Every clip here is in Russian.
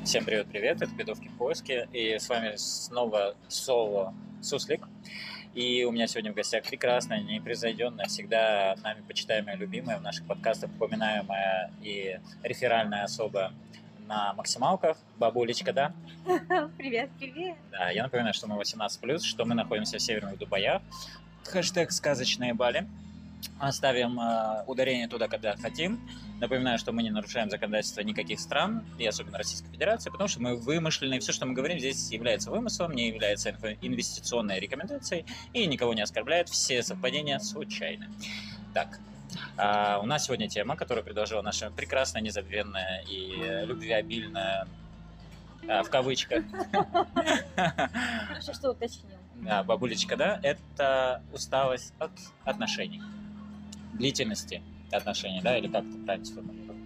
Всем привет-привет, это «Бедовки в поиске», и с вами снова Соло Суслик. И у меня сегодня в гостях прекрасная, непревзойденная, всегда нами почитаемая, любимая, в наших подкастах упоминаемая и реферальная особа на максималках, бабулечка, да? Привет, привет. Да, я напоминаю, что мы 18+, что мы находимся в северных Дубаях. Хэштег «Сказочные Бали». Оставим ударение туда, когда хотим. Напоминаю, что мы не нарушаем законодательство никаких стран, и особенно Российской Федерации, потому что мы вымышленные. Все, что мы говорим здесь, является вымыслом, не является инвестиционной рекомендацией и никого не оскорбляет. Все совпадения случайны. Так, у нас сегодня тема, которую предложила наша прекрасная, незабвенная и любвеобильная, в кавычках. Хорошо, что уточнил. Да, бабулечка, да, это усталость от отношений. Длительности отношений, да, или как это правильно сформулировать?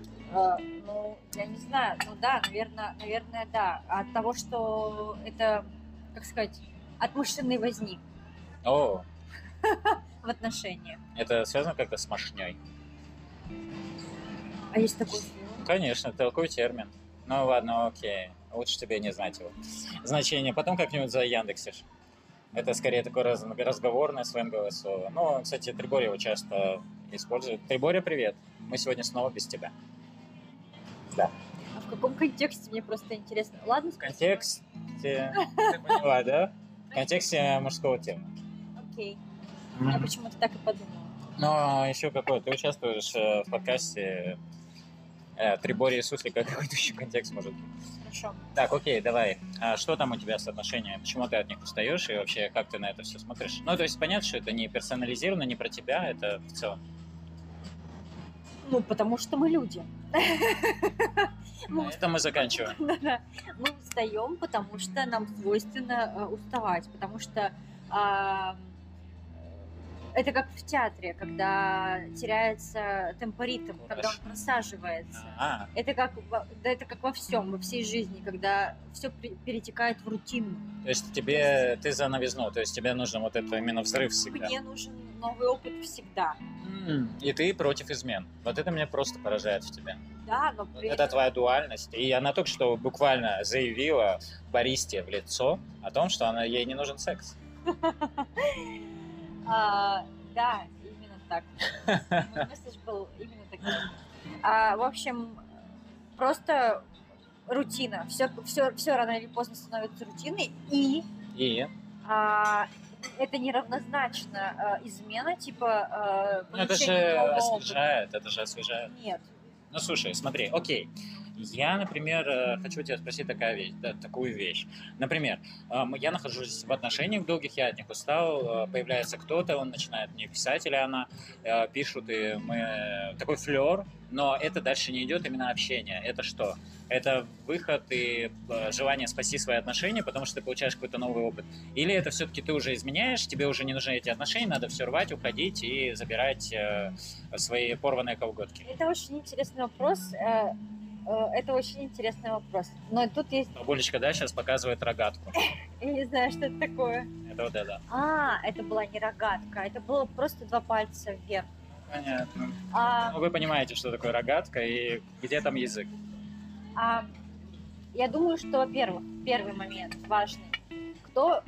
Я не знаю, да, наверное, да. От того, что это, как сказать, от мышленной возни О, в отношениях. это связано как-то с мошней? А есть такое слово? Конечно, такой термин. Ну ладно, окей, лучше тебе не знать его значение. Потом как-нибудь заяндексишь. Это скорее такое разговорное сленговое слово. Ну, кстати, Триборя его часто использует. Триборя, привет. Мы сегодня снова без тебя. Да. А в каком контексте, мне просто интересно. Ладно, В контексте... Ты поняла, да? В контексте мужского тела. Окей. Я почему-то так и подумала. Но еще какой? Ты участвуешь в подкасте Трибория и Суслика. Какой-то еще контекст может быть. Хорошо. Так, окей, давай. А что там у тебя с отношениями? Почему ты от них устаешь? И вообще, как ты на это все смотришь? Ну, то есть понятно, что это не персонализировано, не про тебя, это в целом. Ну, потому что мы люди. На этом мы заканчиваем. Да-да. Мы устаем, потому что нам свойственно уставать, потому что это как в театре, когда теряется темпоритм, когда он просаживается. Это как во всем, во всей жизни, когда все перетекает в рутину. То есть ты за новизну, то есть тебе нужен вот это именно взрыв всегда. Мне нужен новый опыт всегда. И ты против измен. Вот это меня просто поражает в тебе. Да, но при Это твоя дуальность. И она только что буквально заявила баристе в лицо о том, что ей не нужен секс. Да, именно так. Мой месседж был именно таким. В общем, просто рутина. Все рано или поздно становится рутиной. И это неравнозначно измена, типа это же освежает. Нет. Ну, слушай, смотри, окей. Я, например, хочу тебя спросить такую вещь. Например, я нахожусь в отношениях долгих, я от них устал, появляется кто-то, он начинает мне писать, или она пишут, и мы такой флёр, но это дальше не идет именно общение. Это что? Это выход и желание спасти свои отношения, потому что ты получаешь какой-то новый опыт. Или это все-таки ты уже изменяешь, тебе уже не нужны эти отношения, надо все рвать, уходить и забирать свои порванные колготки? Это очень интересный вопрос. Но тут есть... Бабулечка, да, сейчас показывает рогатку. Я не знаю, что это такое. Это вот это. Это была не рогатка, это было просто 2 пальца вверх. Понятно. Ну, вы понимаете, что такое рогатка и где там язык. Я думаю, что, во-первых, первый момент важный. Кто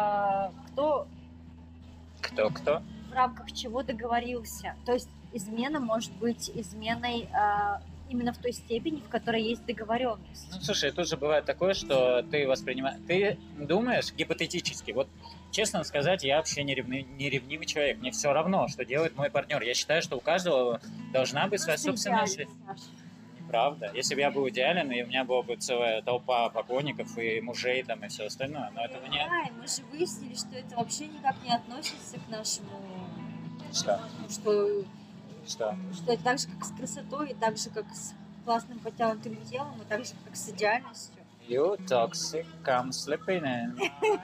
в рамках чего договорился. То есть измена может быть изменой именно в той степени, в которой есть договоренность. Ну, слушай, тут же бывает такое, что ты думаешь гипотетически. Вот, честно сказать, я вообще не ревнивый человек. Мне все равно, что делает мой партнер. Я считаю, что у каждого должна быть своя собственная жизнь. Правда. Если бы я был идеален, и у меня была бы целая толпа поклонников и мужей там и все остальное, но этого нет. Да, мы же выяснили, что это вообще никак не относится к нашему... Что? Что это так же, как с красотой, и так же, как с классным подтянутым телом, и так же, как с идеальностью. You toxic, come slipping in.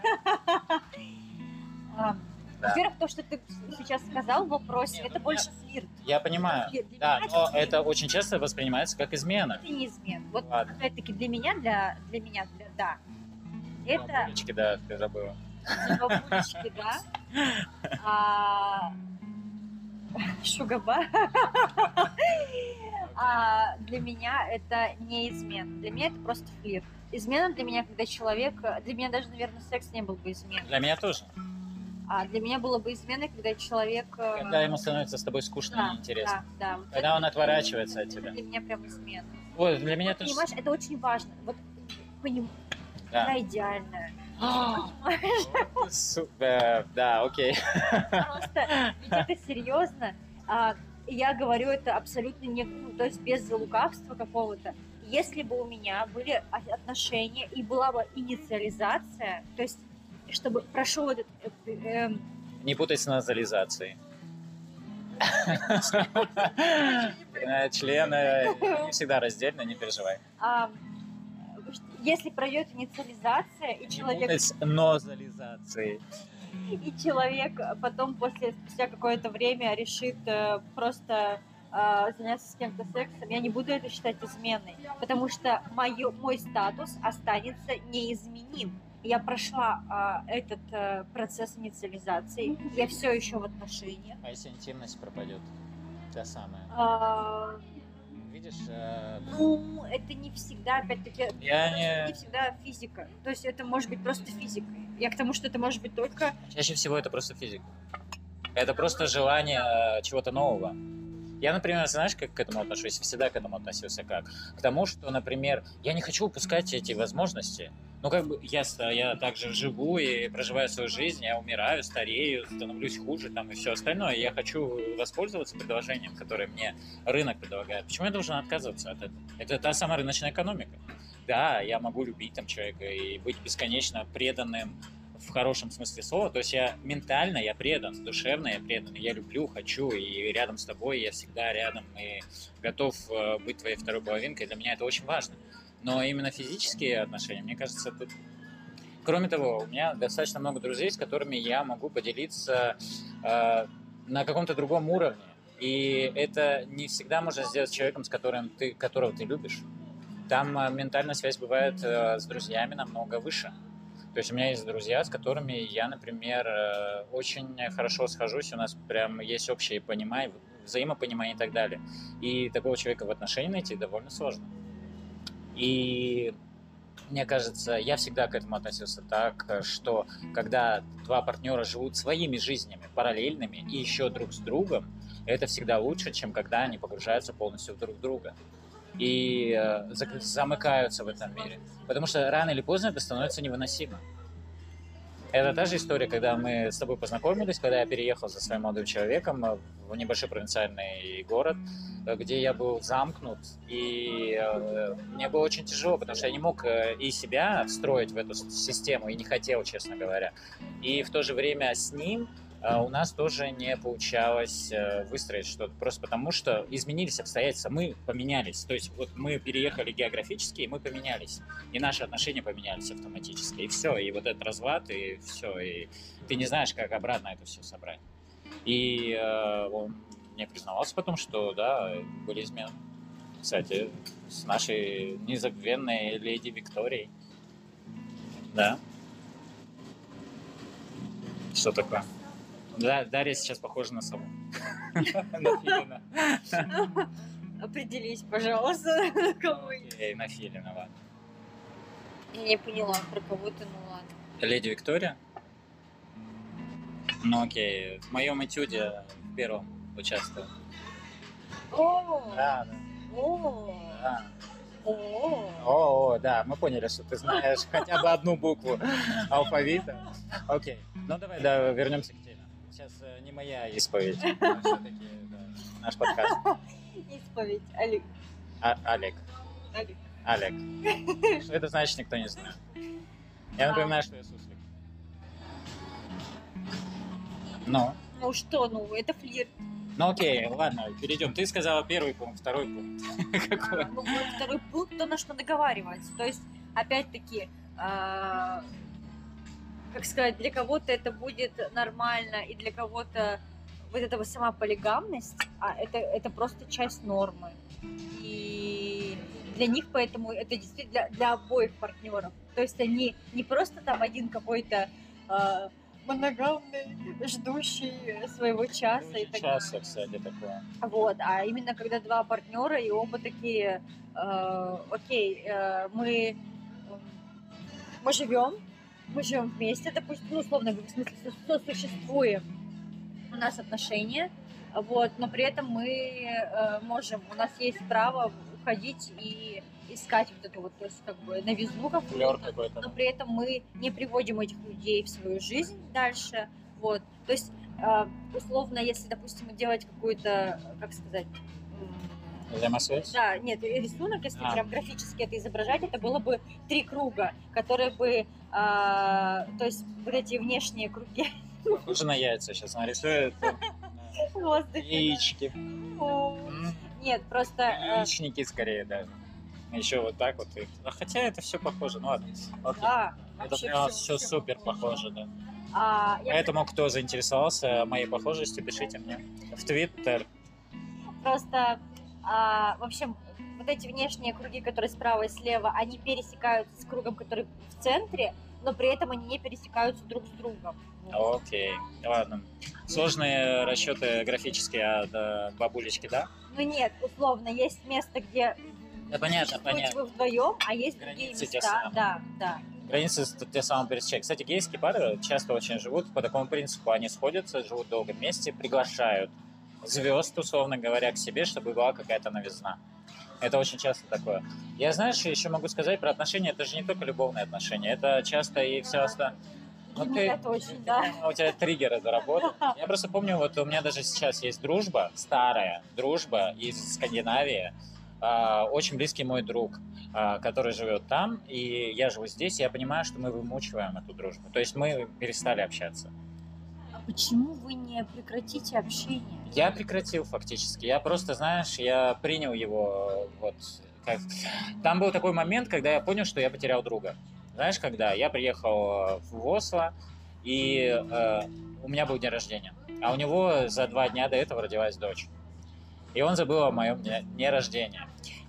Во-первых, то, что ты сейчас сказал в вопросе, это больше флирт. Я понимаю, да, но это очень часто воспринимается как измена. Это не измена. Вот опять-таки для меня, да. Это... Бабулечки, да, ты забыла. Для бабулечки, да. Шугаба. Для меня это не измена. Для меня это просто флирт. Измена для меня, когда человек... Для меня даже, наверное, секс не был бы изменой. Для меня тоже. Для меня было бы изменой, когда человек... Когда ему становится с тобой скучно и неинтересно. Да. Вот когда он отворачивается от тебя. Для меня прям измена. Вот, для меня тоже. Понимаешь, это очень важно. Вот, да. Она идеальная. Да, окей. Просто, ведь это серьезно. Я говорю это абсолютно не... то есть без лукавства какого-то. Если бы у меня были отношения и была бы инициализация, то есть чтобы прошел этот... Не путай с назализацией. Члены не всегда раздельно, не переживай. Если пройдет инициализация, и человек... Не путай с нозализацией. И человек потом, спустя какое-то время, решит просто заняться с кем-то сексом, я не буду это считать изменой, потому что мой статус останется неизменим. Я прошла этот процесс инициализации, я все еще в отношениях. А если интимность пропадет? Та самая. Видишь? Ну, это не всегда, опять-таки, не всегда физика. То есть это может быть просто физика. Я к тому, что это может быть только... Чаще всего это просто физика. Это просто желание чего-то нового. Я, например, знаешь, как к этому отношусь? Всегда к этому относился как? К тому, что, например, я не хочу упускать эти возможности. Ну, как бы я также живу и проживаю свою жизнь, я умираю, старею, становлюсь хуже там и все остальное. И я хочу воспользоваться предложением, которое мне рынок предлагает. Почему я должен отказываться от этого? Это та самая рыночная экономика. Да, я могу любить там человека и быть бесконечно преданным в хорошем смысле слова, то есть я ментально я предан, душевно я предан, я люблю, хочу, и рядом с тобой я всегда рядом и готов быть твоей второй половинкой, для меня это очень важно. Но именно физические отношения, мне кажется, это... Кроме того, у меня достаточно много друзей, с которыми я могу поделиться на каком-то другом уровне, и это не всегда можно сделать с человеком, которого ты любишь. Там ментальная связь бывает с друзьями намного выше. То есть у меня есть друзья, с которыми я, например, очень хорошо схожусь, у нас прям есть общее понимание, взаимопонимание и так далее. И такого человека в отношении найти довольно сложно. И мне кажется, я всегда к этому относился так, что когда два партнера живут своими жизнями, параллельными и еще друг с другом, это всегда лучше, чем когда они погружаются полностью в друг друга и замыкаются в этом мире. Потому что рано или поздно это становится невыносимо. Это та же история, когда мы с тобой познакомились, когда я переехал за своим молодым человеком в небольшой провинциальный город, где я был замкнут, и мне было очень тяжело, потому что я не мог и себя встроить в эту систему, и не хотел, честно говоря. И в то же время с ним у нас тоже не получалось выстроить что-то, просто потому что изменились обстоятельства, мы поменялись. То есть вот мы переехали географически, и мы поменялись, и наши отношения поменялись автоматически, и все, и вот этот развод, и все, и ты не знаешь, как обратно это все собрать. И он мне признавался потом, что да, были измены. Кстати, с нашей незабвенной леди Викторией. Да. Что такое? Да, Дарья сейчас похожа на сову. На Филина. Определись, пожалуйста, на кого. Окей, на Филина, ладно. Я не поняла, про кого ты, ну ладно. Леди Виктория? Ну окей, в моем этюде в первом участвовал. О, Да. о, Да. о. Да, мы поняли, что ты знаешь хотя бы одну букву алфавита. Окей, ну давай вернемся к теме. Сейчас не моя исповедь, все-таки наш подкаст. Исповедь, Олег. Олег. Что это значит, никто не знает. Я напоминаю, что я суслик. Ну что, это флирт. Ну окей, ладно, перейдем. Ты сказала первый пункт, второй пункт. Какой? Второй пункт, то, на что договариваться. То есть, опять-таки, как сказать, для кого-то это будет нормально, и для кого-то вот эта сама полигамность, это просто часть нормы. И для них поэтому это действительно для обоих партнеров. То есть они не просто там один какой-то моногамный, ждущий своего часа и так далее. Часто, кстати, такое. Вот, а именно когда два партнера и оба такие, окей, мы живем вместе, допустим, ну, условно говоря, в смысле, сосуществуем, у нас отношения, вот, но при этом мы можем, у нас есть право уходить и искать вот эту вот, то есть, как бы, новизну Флёр какую-то, какой-то. но при этом мы не приводим этих людей в свою жизнь дальше, вот, то есть, условно, если, допустим, делать какую-то, как сказать, Взаимосвязь? да, нет, рисунок, если А. прям графически это изображать, это было бы 3 круга, которые бы, то есть вот эти внешние круги Похоже на яйца сейчас нарисует. в воздухе. Яички. Нет, просто... Яичники скорее даже. Еще вот так вот. Хотя это все похоже, ну ладно. Окей. Да, Это вообще прям всё все супер похоже, да. Я Поэтому, кто заинтересовался моей похожестью, пишите мне в Твиттер. просто, в общем, вот эти внешние круги, которые справа и слева, они пересекаются с кругом, который в центре, но при этом они не пересекаются друг с другом. Окей, ладно. Сложные расчеты графические от бабулечки, да? Ну нет, условно, есть место, где Да, понятно, существуете понятно. вы вдвоем, а есть Границы другие те места. самые. Да, да. Границы те самые пересечения. Кстати, гейские пары часто очень живут по такому принципу. Они сходятся, живут долго вместе, приглашают звезд, условно говоря, к себе, чтобы была какая-то новизна. Это очень часто такое. Я, знаешь, еще могу сказать про отношения. Это же не только любовные отношения, это часто и все остальное. Ну, Это очень, да. У тебя триггеры заработают. Я просто помню, вот у меня даже сейчас есть дружба, старая дружба из Скандинавии. Очень близкий мой друг, который живет там, и я живу здесь, и я понимаю, что мы вымучиваем эту дружбу. То есть мы перестали общаться. А почему вы не прекратите общение? Я прекратил фактически. Я просто, знаешь, я принял его вот как... Там был такой момент, когда я понял, что я потерял друга. Знаешь, когда я приехал в Осло, и у меня был день рождения, а у него за 2 дня до этого родилась дочь. И он забыл о моем дне рождения.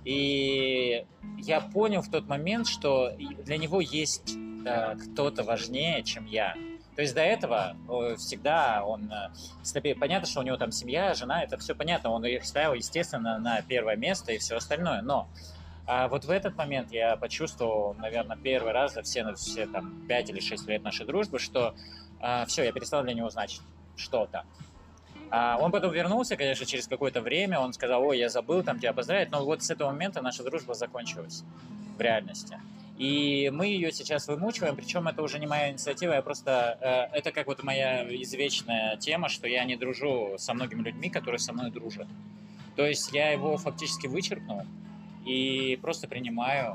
И я понял в тот момент, что для него есть кто-то важнее, чем я. То есть до этого всегда он... Понятно, что у него там семья, жена, это все понятно. Он их ставил, естественно, на первое место и все остальное. Но вот в этот момент я почувствовал, наверное, первый раз за все там 5 или 6 лет нашей дружбы, что все, я перестал для него значить что-то. Он потом вернулся, конечно, через какое-то время, он сказал: ой, я забыл там тебя поздравить, но вот с этого момента наша дружба закончилась в реальности. И мы ее сейчас вымучиваем, причем это уже не моя инициатива, я просто... это как вот моя извечная тема, что я не дружу со многими людьми, которые со мной дружат. То есть я его фактически вычеркнул и просто принимаю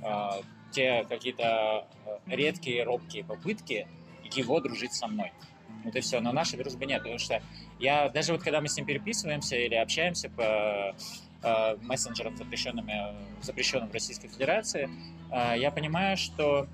те какие-то редкие, робкие попытки его дружить со мной. Вот и все. Но нашей дружбы нет, потому что я даже вот когда мы с ним переписываемся или общаемся по мессенджерам, запрещенным в Российской Федерации, я понимаю, что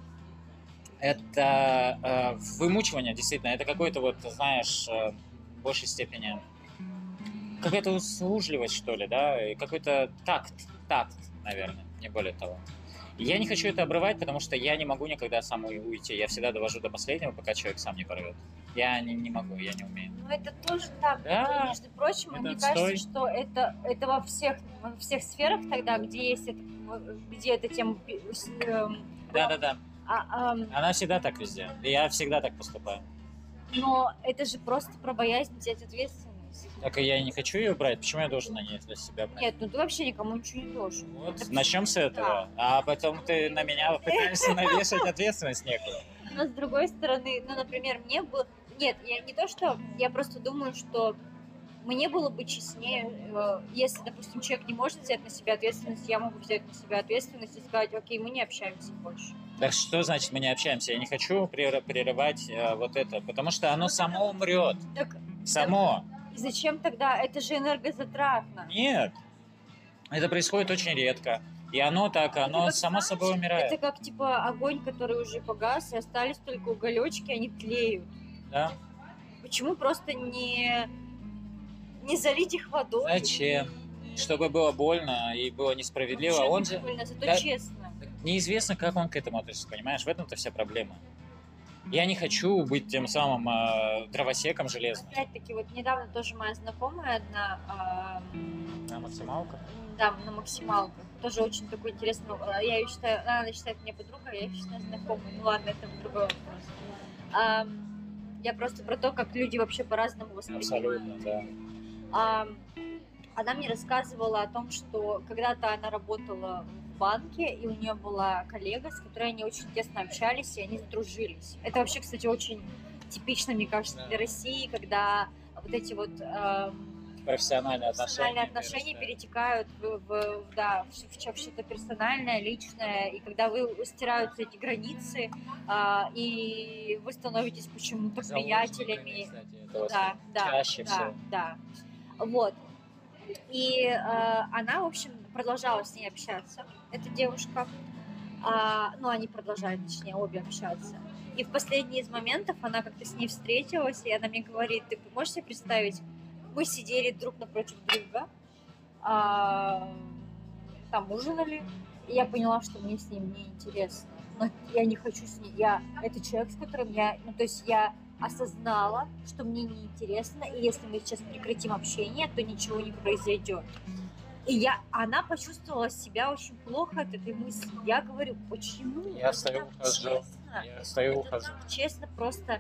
это вымучивание, действительно, это какой-то вот, знаешь, в большей степени какая-то услужливость, что ли, да, и какой-то такт, наверное, не более того. И я не хочу это обрывать, потому что я не могу никогда сам уйти. Я всегда довожу до последнего, пока человек сам не порвет. Я не могу, я не умею. Ну, это тоже так. Да, Между прочим, это мне отстой. кажется, что это во всех сферах тогда, где есть где эта тема... Да. Она всегда так везде. И я всегда так поступаю. Но это же просто про боязнь взять ответственность. Так и я и не хочу ее брать. Почему я должен на ней для себя брать? Нет, ну ты вообще никому ничего не должен. Вот, Это начнем с этого. А потом ты на меня пытаешься навешать ответственность некую. Но с другой стороны, ну, например, мне было... Нет, я не то, что... Я просто думаю, что мне было бы честнее, если, допустим, человек не может взять на себя ответственность, я могу взять на себя ответственность и сказать: окей, мы не общаемся больше. Так что значит мы не общаемся? Я не хочу прерывать вот это, потому что оно само умрет. Так, Само. и зачем тогда? Это же энергозатратно. Нет. Это происходит очень редко. И оно так, оно как, само собой умирает. Это как, типа, огонь, который уже погас, и остались только уголечки, они тлеют. Да? Почему просто не залить их водой? Зачем? Чтобы было больно и было несправедливо. Вообще Он же... прикольно, зато Да. честно. Неизвестно, как он к этому относится, понимаешь? В этом-то вся проблема. Я не хочу быть тем самым дровосеком железным. Опять-таки, вот недавно тоже моя знакомая одна... На максималках? Да, на максималках. Тоже очень такой интересный... Я ее считаю... Она считает меня подругой, я ее считаю знакомой. Ну ладно, это другой вопрос. Я просто про то, как люди вообще по-разному воспринимают. Абсолютно, да. Она мне рассказывала о том, что когда-то она работала в банке, и у нее была коллега, с которой они очень тесно общались, и они сдружились. Это вообще, кстати, очень типично, мне кажется, для России, когда вот эти вот профессиональные отношения перетекают в что-то персональное, личное, и когда стираются эти границы, и вы становитесь почему-то приятелями. Кстати, чаще всего. Да. Вот. И она, в общем, продолжала с ней общаться, эта девушка. Они продолжали, точнее, обе общаться. И в последний из моментов она как-то с ней встретилась, и она мне говорит: ты можешь себе представить, мы сидели друг напротив друга, там ужинали, и я поняла, что мне с ним неинтересно. Но я не хочу с ней. Это человек, с которым я осознала, что мне неинтересно, и если мы сейчас прекратим общение, то ничего не произойдет. И она почувствовала себя очень плохо от этой мысли. Я говорю, почему? Я стою, ухожу. Честно, просто.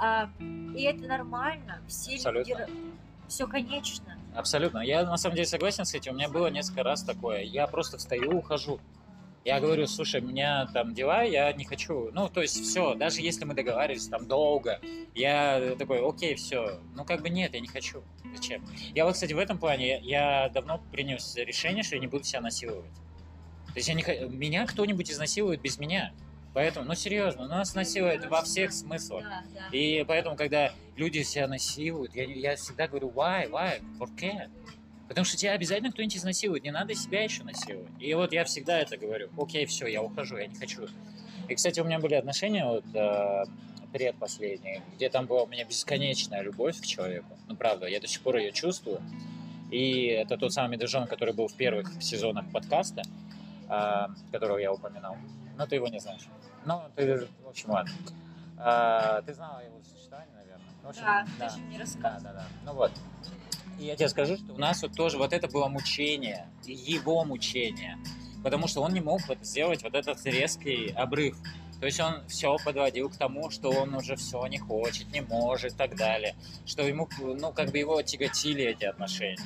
И это нормально. Все люди... Все конечно. Абсолютно. Я на самом деле согласен с этим. У меня было несколько раз такое. Я просто встаю, ухожу. Я говорю: слушай, у меня там дела, я не хочу. Ну, то есть все, даже если мы договаривались там долго, я такой: окей, все. Ну, как бы нет, я не хочу. Зачем? Я вот, кстати, в этом плане, я давно принял решение, что я не буду себя насиловать. То есть меня кто-нибудь изнасилует без меня. Поэтому, ну серьезно, нас насилуют во всех смыслах. Да. И поэтому, когда люди себя насилуют, я всегда говорю: why, por qué? Потому что тебя обязательно кто-нибудь изнасилует, не надо себя еще насиловать. И вот я всегда это говорю: окей, все, я ухожу, я не хочу. И, кстати, у меня были отношения предпоследние, где там была у меня бесконечная любовь к человеку. Ну, правда, я до сих пор ее чувствую. И это тот самый медвежонок, который был в первых сезонах подкаста, которого я упоминал. Но ты его не знаешь. Ну, в общем, ладно. Ты знала его сочетание, наверное? В общем, да, ты же мне рассказывал. Да. Ну вот. И я тебе скажу, что у нас вот тоже вот это было мучение, его мучение, потому что он не мог сделать вот этот резкий обрыв. То есть он все подводил к тому, что он уже все не хочет, не может и так далее, что ему, его тяготили эти отношения.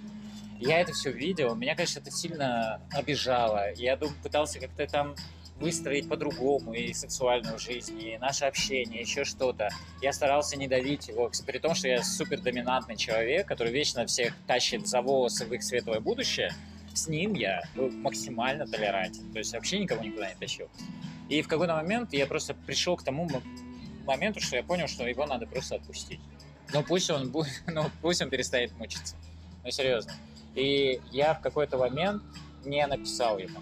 Я это все видел, меня, конечно, это сильно обижало. Я пытался как-то там выстроить по-другому и сексуальную жизнь, и наше общение, еще что-то. Я старался не давить его, при том, что я супер доминантный человек, который вечно всех тащит за волосы в их светлое будущее. С ним я был максимально толерантен, то есть вообще никого никуда не тащил. И в какой-то момент я просто пришел к тому моменту, что я понял, что его надо просто отпустить. Пусть он перестанет мучиться. Ну, серьезно. И я в какой-то момент не написал ему.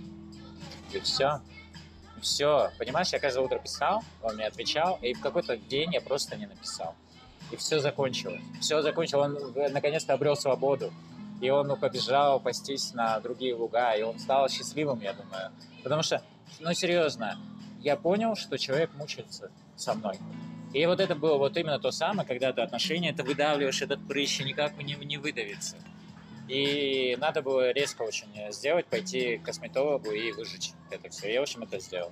И все. Понимаешь, я каждое утро писал, он мне отвечал, и в какой-то день я просто не написал. И все закончилось. Он наконец-то обрел свободу. И он побежал пастись на другие луга, и он стал счастливым, я думаю. Потому что, серьезно, я понял, что человек мучается со мной. И вот это было вот именно то самое, когда ты отношения, ты выдавливаешь этот прыщ, и никак не выдавится. И надо было резко очень сделать, пойти к косметологу и выжечь это все. Я, в общем, это сделал.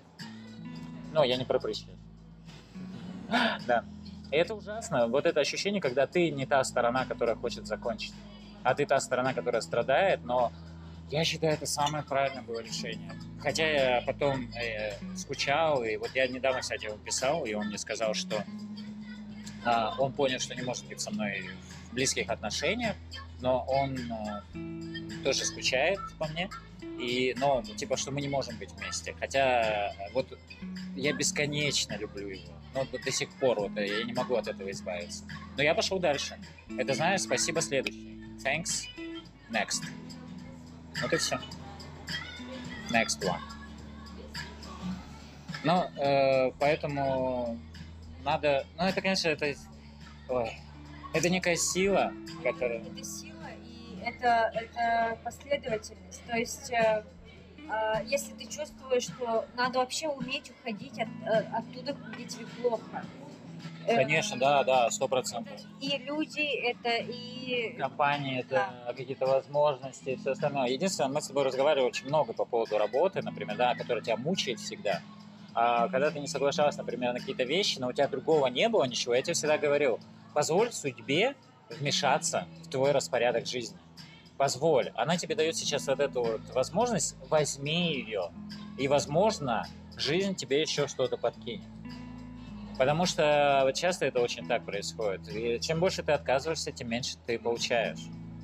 Я не про прыщи. Да. И это ужасно. Вот это ощущение, когда ты не та сторона, которая хочет закончить, а ты та сторона, которая страдает, но я считаю, это самое правильное было решение. Хотя я потом скучал, и вот я недавно, кстати, ему писал, и он мне сказал, что он понял, что не может быть со мной в близких отношениях, но он тоже скучает по мне, что мы не можем быть вместе. Хотя вот я бесконечно люблю его, но до сих пор я не могу от этого избавиться. Но я пошел дальше. Это, знаешь, спасибо, следующий. Thanks, next. Вот и все. Next one. Поэтому надо... это, конечно, это некая сила, которая... Это сила, и это последовательность. То есть если ты чувствуешь, что надо вообще уметь уходить оттуда, где тебе плохо. Конечно, да, 100%. И люди, это и... Компании, это какие-то возможности и все остальное. Единственное, мы с тобой разговаривали очень много по поводу работы, например, да, которая тебя мучает всегда. А когда ты не соглашалась, например, на какие-то вещи, но у тебя другого не было ничего, я тебе всегда говорил, позволь судьбе вмешаться в твой распорядок жизни. Позволь. Она тебе дает сейчас вот эту вот возможность, возьми ее. И, возможно, жизнь тебе еще что-то подкинет. Потому что часто это очень так происходит. И чем больше ты отказываешься, тем меньше ты получаешь.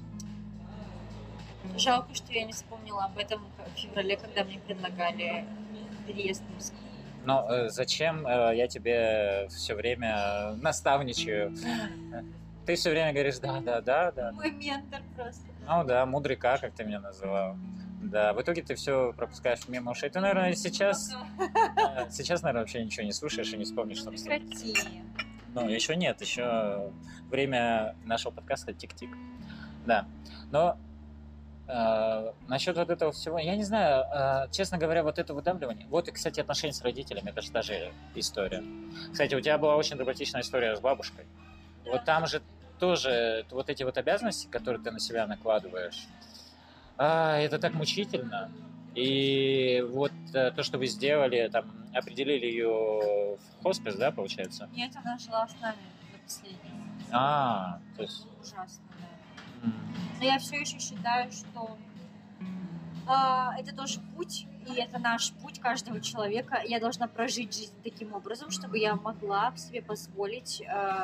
Жалко, что я не вспомнила об этом в феврале, когда мне предлагали переезд в Москву. Но зачем я тебе все время наставничаю? Ты все время говоришь да. Мой ментор просто. Ну да, мудрый как ты меня называл. Да, в итоге ты все пропускаешь мимо ушей. Ты, наверное, сейчас, наверное, вообще ничего не слушаешь и не вспомнишь, что Прекрати. Ну, еще нет, еще время нашего подкаста тик-тик. Да, но насчет вот этого всего, я не знаю, честно говоря, вот это выдавливание. Вот, и, кстати, отношения с родителями, это же та же история. Кстати, у тебя была очень драматичная история с бабушкой. Да. Вот там же тоже вот эти вот обязанности, которые ты на себя накладываешь, это так мучительно. И вот то, что вы сделали, там, определили ее в хоспис, да, получается? Нет, она жила с нами до последнего. То есть... Ужасно, да. Но я все еще считаю, что это тоже путь, и это наш путь каждого человека. Я должна прожить жизнь таким образом, чтобы я могла себе позволить...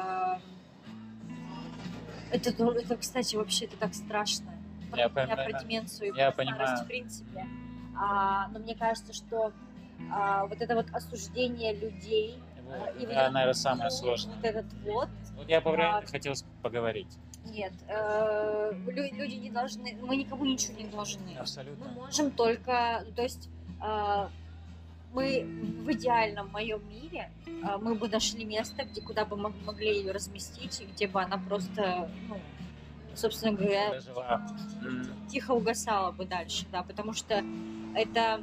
Это, кстати, вообще это так страшно. Я про деменцию и я про старость в принципе. Но мне кажется, что вот это вот осуждение людей... и наверное, самое сложное. Вот этот вот... Вот я по времени хотел поговорить. Нет, люди не должны... Мы никому ничего не должны. Абсолютно. Мы можем только... То есть мы в идеальном моем мире мы бы нашли место, куда бы мы могли ее разместить, и где бы она просто, собственно говоря, тихо угасала бы дальше, да, потому что это...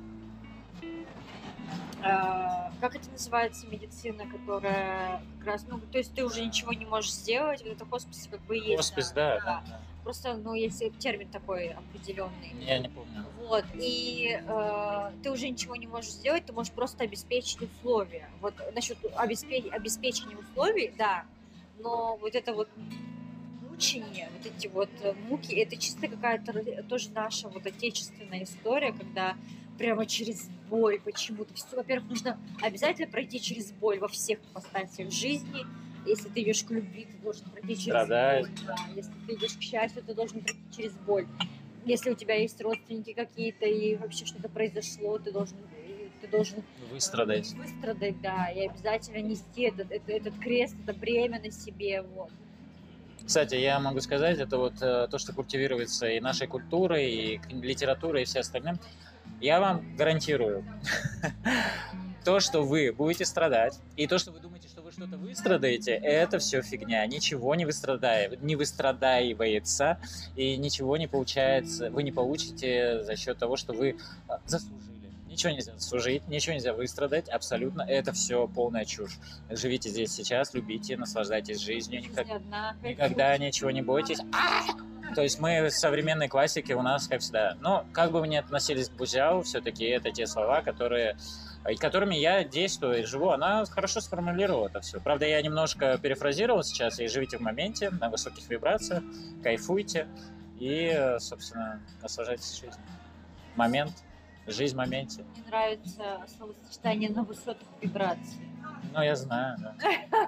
как это называется, медицина, которая как раз, то есть ты уже ничего не можешь сделать, вот это хоспис как бы есть. Хоспис, да. Просто, есть термин такой определенный. Я не помню. Вот, и ты уже ничего не можешь сделать, ты можешь просто обеспечить условия. Вот насчет обеспечения условий, да, но вот это вот мучение, вот эти вот муки, это чисто какая-то тоже наша вот отечественная история, когда прямо через боль почему-то. Все, во-первых, нужно обязательно пройти через боль во всех ипостасях жизни. Если ты идешь к любви, ты должен пройти через боль. Да. Если ты идешь к счастью, ты должен пройти через боль. Если у тебя есть родственники какие-то и вообще что-то произошло, ты должен выстрадать, да, и обязательно нести этот крест, это бремя на себе, вот. Кстати, я могу сказать, это вот то, что культивируется и нашей культурой, и литературой, и все остальным. Я вам гарантирую, то, что вы будете страдать, и то, что вы думаете, что вы что-то выстрадаете, это все фигня. Ничего не выстрадаивается, и ничего не получается, вы не получите за счет того, что вы заслужили. Ничего нельзя заслужить, ничего нельзя выстрадать, абсолютно. Это все полная чушь. Живите здесь сейчас, любите, наслаждайтесь жизнью, никогда ничего не бойтесь. То есть мы современные классики у нас, как всегда. Но как бы вы ни относились к Бузяу, все-таки это те слова, которыми я действую и живу. Она хорошо сформулировала это все. Правда, я немножко перефразировал сейчас. И живите в моменте, на высоких вибрациях, кайфуйте и, собственно, наслаждайтесь жизнью. Момент. Жизнь в моменте. Мне нравится словосочетание «на высотах вибраций». Ну, я знаю, да.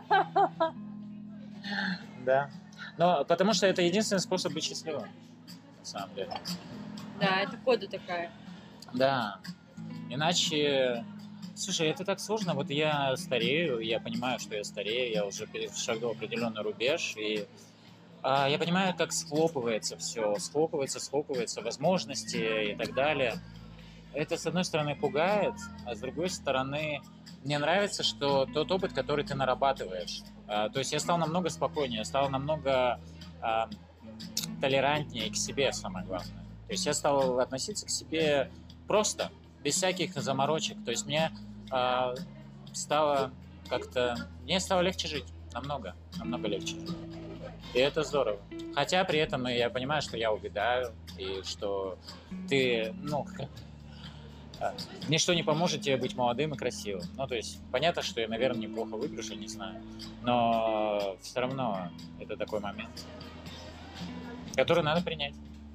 Да. Но потому что это единственный способ быть счастливым, на самом деле. Да, это кода такая. Да. Иначе... Слушай, это так сложно. Вот я старею, я понимаю, что я старею, я уже перешагнул определенный рубеж, и я понимаю, как схлопывается все, схлопываются возможности и так далее. Это, с одной стороны, пугает, а с другой стороны, мне нравится, что тот опыт, который ты нарабатываешь. То есть я стал намного спокойнее, стал намного толерантнее к себе, самое главное. То есть я стал относиться к себе просто, без всяких заморочек. То есть мне а, стало мне стало легче жить, намного легче. И это здорово. Хотя при этом я понимаю, что я увядаю, и что ты, ничто не поможет тебе быть молодым и красивым. Ну, то есть, понятно, что я, наверное, неплохо выгляжу, не знаю. Но все равно это такой момент, который надо принять.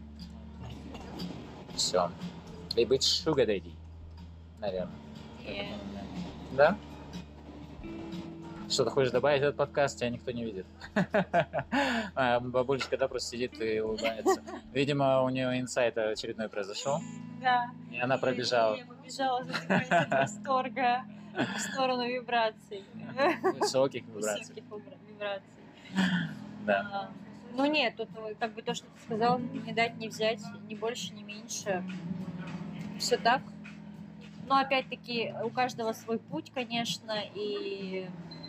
Все. И быть sugar daddy, наверное. Да? Что ты хочешь добавить в этот подкаст, тебя никто не видит. Бабулечка, да, просто сидит и улыбается. Видимо, у нее инсайт очередной произошел. Да. И она пробежала. Я побежала за от восторга в сторону вибраций. Высоких вибраций. Да. Ну нет, тут как бы то, что ты сказал, не дать, не взять, ни больше, ни меньше. Все так. Но опять-таки у каждого свой путь, конечно, и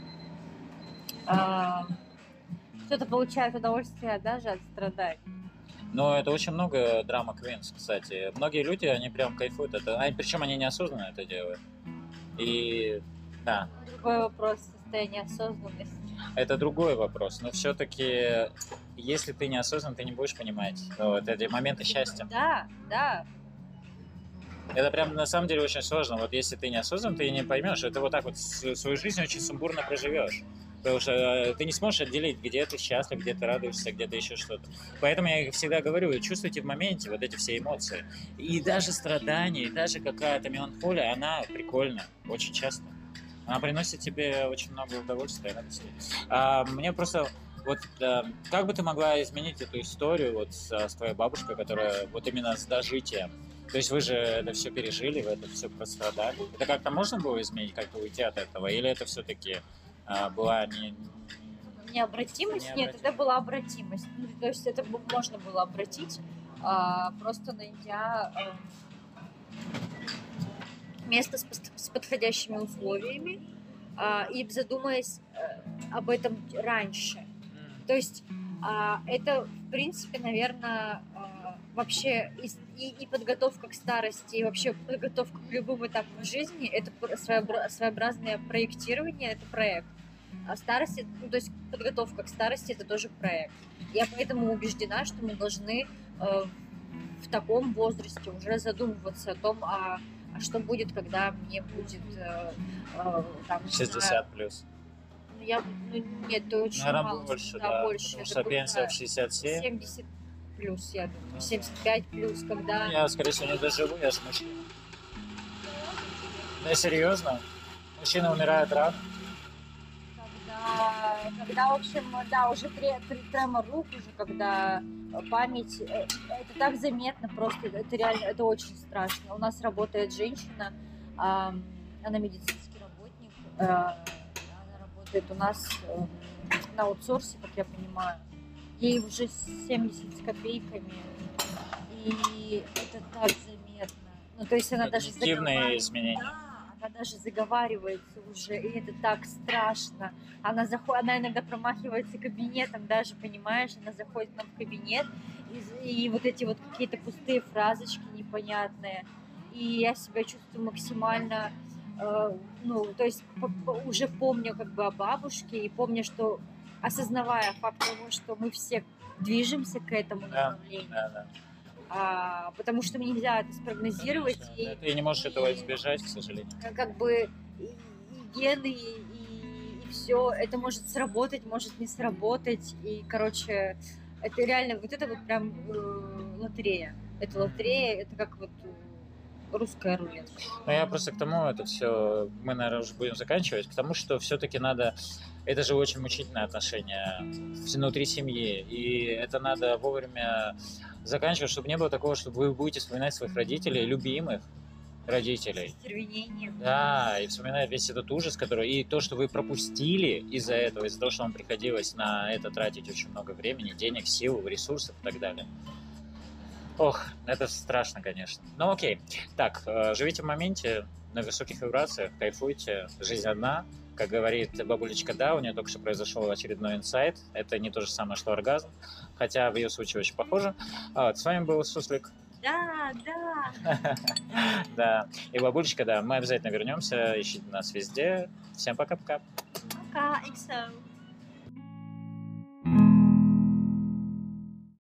кто-то получает удовольствие даже от страданий. Но это очень много драма квинс, кстати. Многие люди, они прям кайфуют. Причем они неосознанно это делают. И да. Другой вопрос состояния осознанности. Это другой вопрос. Но все-таки, если ты неосознанно, ты не будешь понимать вот эти моменты счастья. Да, да. Это прям на самом деле очень сложно. Вот если ты неосознанно, ты не поймешь. Это вот так вот свою жизнь очень сумбурно проживешь. Потому что ты не сможешь отделить, где ты счастлив, где ты радуешься, где-то еще что-то. Поэтому я всегда говорю, чувствуйте в моменте вот эти все эмоции. И даже страдания, и даже какая-то меланхолия, она прикольна очень часто. Она приносит тебе очень много удовольствия и радости. Мне просто... Вот как бы ты могла изменить эту историю вот с твоей бабушкой, которая вот именно с дожитием? То есть вы же это все пережили, вы это все прострадали. Это как-то можно было изменить, как-то уйти от этого? Или это все-таки была необратимость? Нет, это была обратимость. Ну, то есть это можно было обратить, просто найдя место с подходящими условиями и задумаясь об этом раньше. То есть это, в принципе, наверное, вообще и подготовка к старости, и вообще подготовка к любым этапам жизни, это своеобразное проектирование, это проект. А старость, ну, то есть подготовка к старости, это тоже проект. Я поэтому убеждена, что мы должны в таком возрасте уже задумываться о том, а что будет, когда мне будет там, 60 плюс. Нет, это очень мало. Больше, да. Больше. Потому что пенсия в 67. 70 плюс, я думаю. 75 плюс, когда... Я, скорее всего, не доживу, я же мужчина. Да, серьезно? Мужчина умирает рано? Когда, в общем, да, уже тремор рук, уже когда память, это так заметно просто, это реально, это очень страшно. У нас работает женщина, она медицинский работник, она работает у нас на аутсорсе, как я понимаю. Ей уже 70 с копейками, и это так заметно. Ну, то есть она даже заговаривается. Изменения. Да, она даже заговаривается уже, и это так страшно. Она иногда промахивается кабинетом, даже, понимаешь, она заходит к нам в кабинет, и вот эти вот какие-то пустые фразочки непонятные. И я себя чувствую максимально, то есть уже помню как бы о бабушке, и помню, что осознавая факт того, что мы все движемся к этому направлению. Да. Потому что нельзя это спрогнозировать. Конечно, ты не можешь этого избежать, к сожалению. Как бы и гены, и все, это может сработать, может не сработать. И, короче, это реально, вот это вот прям лотерея. Это лотерея, это как вот русская рулетка. Ну, я просто к тому, это все, мы, наверное, уже будем заканчивать, к тому, что все-таки надо, это же очень мучительное отношение внутри семьи, и это надо вовремя заканчивать, чтобы не было такого, что вы будете вспоминать своих родителей, любимых родителей. С тервенением. Да, и вспоминать весь этот ужас, который, и то, что вы пропустили из-за этого, из-за того, что вам приходилось на это тратить очень много времени, денег, сил, ресурсов и так далее. Ох, это страшно, конечно. Ну окей. Так, живите в моменте, на высоких вибрациях, кайфуйте. Жизнь одна. Как говорит бабулечка, да, у нее только что произошел очередной инсайт. Это не то же самое, что оргазм, хотя в ее случае очень похоже. С вами был Суслик. Да, да. Да. И бабулечка, да, мы обязательно вернемся. Ищите нас везде. Всем пока-пока. Пока, XO.